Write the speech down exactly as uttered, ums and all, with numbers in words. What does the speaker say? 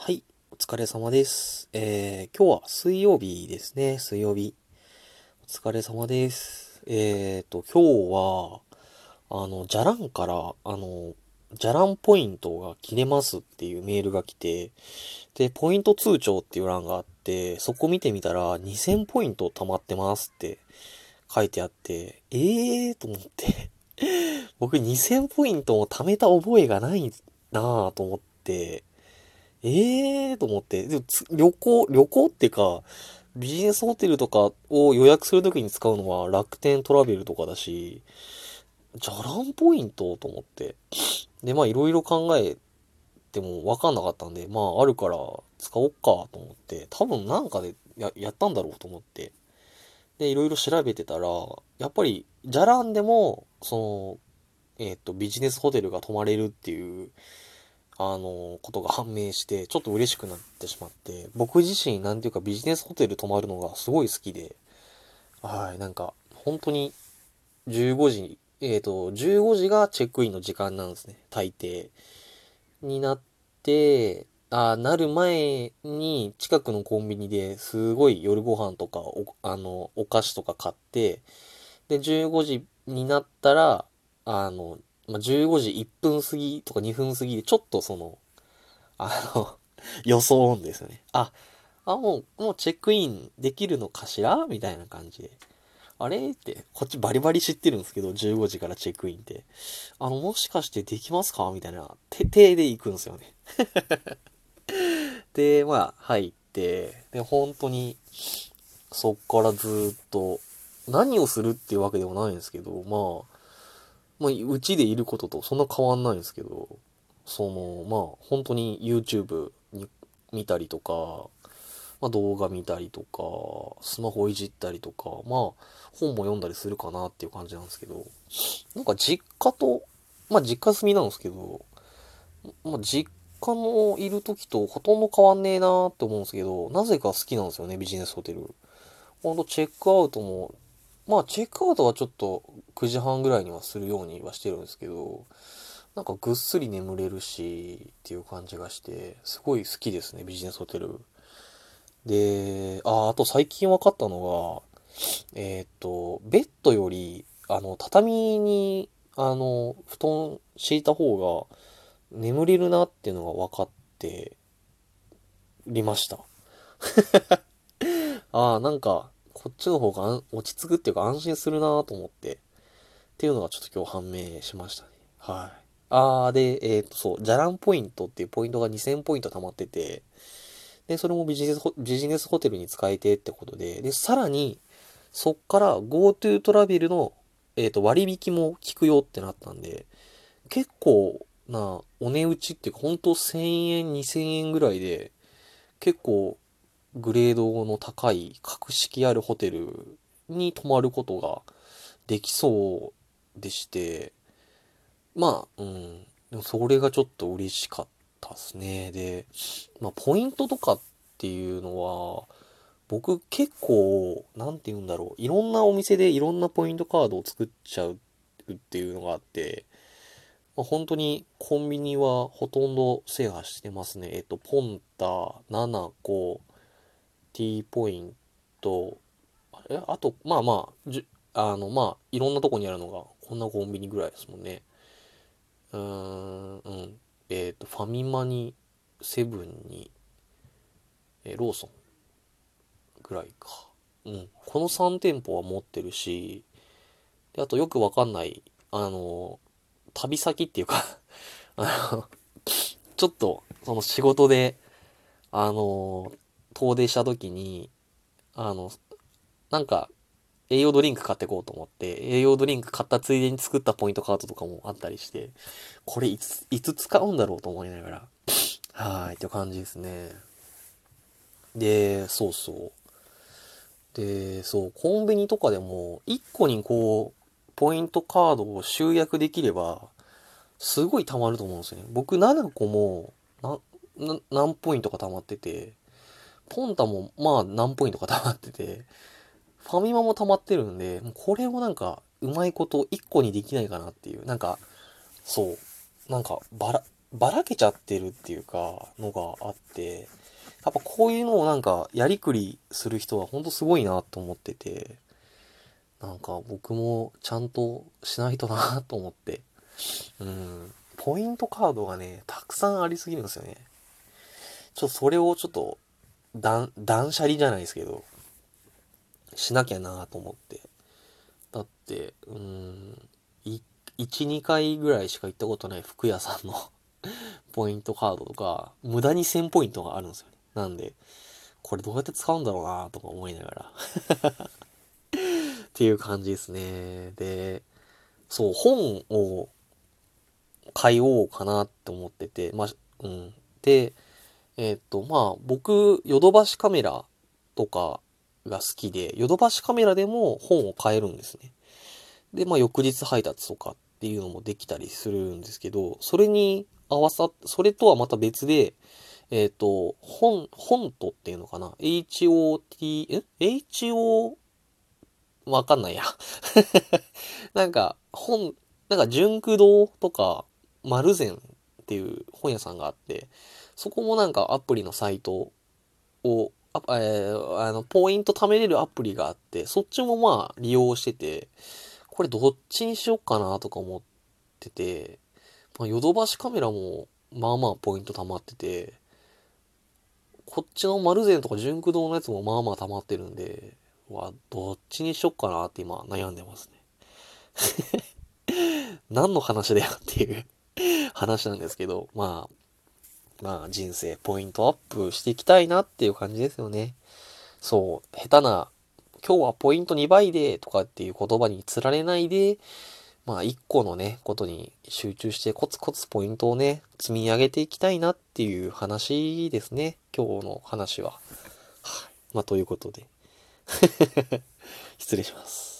はい、お疲れ様です。えー、今日は水曜日ですね、水曜日。お疲れ様です。えーと、今日は、あの、じゃらんから、あの、じゃらんポイントが切れますっていうメールが来て、で、ポイント通帳っていう欄があって、そこ見てみたら、にせんポイント貯まってますって書いてあって、えーと思って、僕にせんポイントも貯めた覚えがないなぁと思って、ええーと思って。でもつ、旅行、旅行っていうか、ビジネスホテルとかを予約するときに使うのは楽天トラベルとかだし、じゃらんポイントと思って。で、まあいろいろ考えてもわかんなかったんで、まああるから使おっかと思って、多分なんかでや、やったんだろうと思って。で、いろいろ調べてたら、やっぱり、じゃらんでも、その、えっと、ビジネスホテルが泊まれるっていうあの、ことが判明して、ちょっと嬉しくなってしまって、僕自身、なんていうかビジネスホテル泊まるのがすごい好きで、はい、なんか、本当にじゅうごじ、えっと、じゅうごじがチェックインの時間なんですね、大抵。になって、あなる前に近くのコンビニですごい夜ご飯とかお、あの、お菓子とか買って、で、じゅうごじになったら、あの、まあ、じゅうごじいっぷん過ぎとかにふん過ぎで、ちょっとその、あの、装うんですよね。あ、あ、もう、もうチェックインできるのかしらみたいな感じで。あれって、こっちバリバリ知ってるんですけど、じゅうごじからチェックインって。あの、もしかしてできますかみたいな、手、手で行くんですよね。で、まあ、入って、で、本当に、そっからずーっと、何をするっていうわけでもないんですけど、まあ、まあ、うちでいることとそんな変わんないんですけど、その、まあ、本当に YouTube に見たりとか、まあ、動画見たりとか、スマホいじったりとか、まあ、本も読んだりするかなっていう感じなんですけど、なんか実家と、まあ実家住みなんですけど、まあ実家のいる時とほとんど変わんねえなーって思うんですけど、なぜか好きなんですよね、ビジネスホテル。ほんとチェックアウトも、まあチェックアウトはちょっとくじはんぐらいにはするようにはしてるんですけど、なんかぐっすり眠れるし、っていう感じがして、すごい好きですね、ビジネスホテル。で、あ、あと最近分かったのが、えーっと、ベッドより、あの、畳に、あの、布団敷いた方が眠れるなっていうのが分かってりました。ああ、なんか、こっちの方が安落ち着くっていうか安心するなと思って、っていうのがちょっと今日判明しましたね。はい。ああ、で、えーっと、そう、じゃらんポイントっていうポイントがにせんポイント貯まってて、で、それもビジネスホ、ビジネスホテルに使えてってことで、で、さらに、そっから GoTo トラベルの、えっと、割引も効くよってなったんで、結構なお値打ちっていうか、ほんとせんえん、にせんえんぐらいで、結構グレードの高い格式あるホテルに泊まることができそうでして、まあ、うん。でもそれがちょっと嬉しかったですね。で、まあ、ポイントとかっていうのは、僕結構、なんて言うんだろう。いろんなお店でいろんなポイントカードを作っちゃうっていうのがあって、まあ、本当にコンビニはほとんど制覇してますね。えっと、ポンタ、ナナコ、T ポイント、あれあと、まあまあ、じゅ、あの、まあ、いろんなとこにあるのが、こんなコンビニぐらいですもんね。うーん、うん。えっと、ファミマに、セブンに、えーローソンぐらいか。うん。このさん店舗は持ってるし、で、あとよくわかんない、あの、旅先っていうかあの、ちょっと、その仕事で、あの、遠出した時に、あの、なんか、栄養ドリンク買ってこうと思って、栄養ドリンク買ったついでに作ったポイントカードとかもあったりして、これいつ、いつ使うんだろうと思いながら、はーい、って感じですね。で、そうそう。で、そう、コンビニとかでも、いっこにこう、ポイントカードを集約できれば、すごい溜まると思うんですよね。僕ななこも、な、な、何ポイントか溜まってて、ポンタもまあ何ポイントか溜まってて、ファミマも溜まってるんで、もうこれをなんか、うまいこといっこにできないかなっていう。なんか、そう。なんか、バラ、 ばらけちゃってるっていうか、のがあって、やっぱこういうのをなんか、やりくりする人はほんとすごいなと思ってて、なんか僕もちゃんとしないとなと思って。うん。ポイントカードがね、たくさんありすぎるんですよね。ちょっとそれをちょっと、断、断捨離じゃないですけど、しなきゃなと思って。だって、うーん、い、いち、にかいぐらいしか行ったことない服屋さんのポイントカードとか、無駄にせんポイントがあるんですよね。なんで、これどうやって使うんだろうなとか思いながらっていう感じですね。で、そう、本を買いおうかなって思ってて、まあ、うん。で、えーっと、まあ、僕、ヨドバシカメラとかが好きで、ヨドバシカメラでも本を買えるんですね。で、まあ、翌日配達とかっていうのもできたりするんですけど、それに合わさっ、それとはまた別で、えっと、本、本とっていうのかな？ エイチオーティー、え エイチオー、わかんないや。なんか、本、なんか、純駆堂とか、丸善っていう本屋さんがあって、そこもなんかアプリのサイトを、あ、えーあの、ポイント貯めれるアプリがあって、そっちもまあ利用してて、これどっちにしよっかなとか思ってて、まあ、ヨドバシカメラもまあまあポイント貯まってて、こっちの丸善とか純駆動のやつもまあまあ溜まってるんで、わ、どっちにしよっかなって今悩んでますね。何の話だよっていう話なんですけど、まあ、まあ人生ポイントアップしていきたいなっていう感じですよね。そう、下手な、今日はポイントにばいでとかっていう言葉につられないで、まあ一個のね、ことに集中してコツコツポイントをね、積み上げていきたいなっていう話ですね。今日の話は。はい。まあということで、失礼します。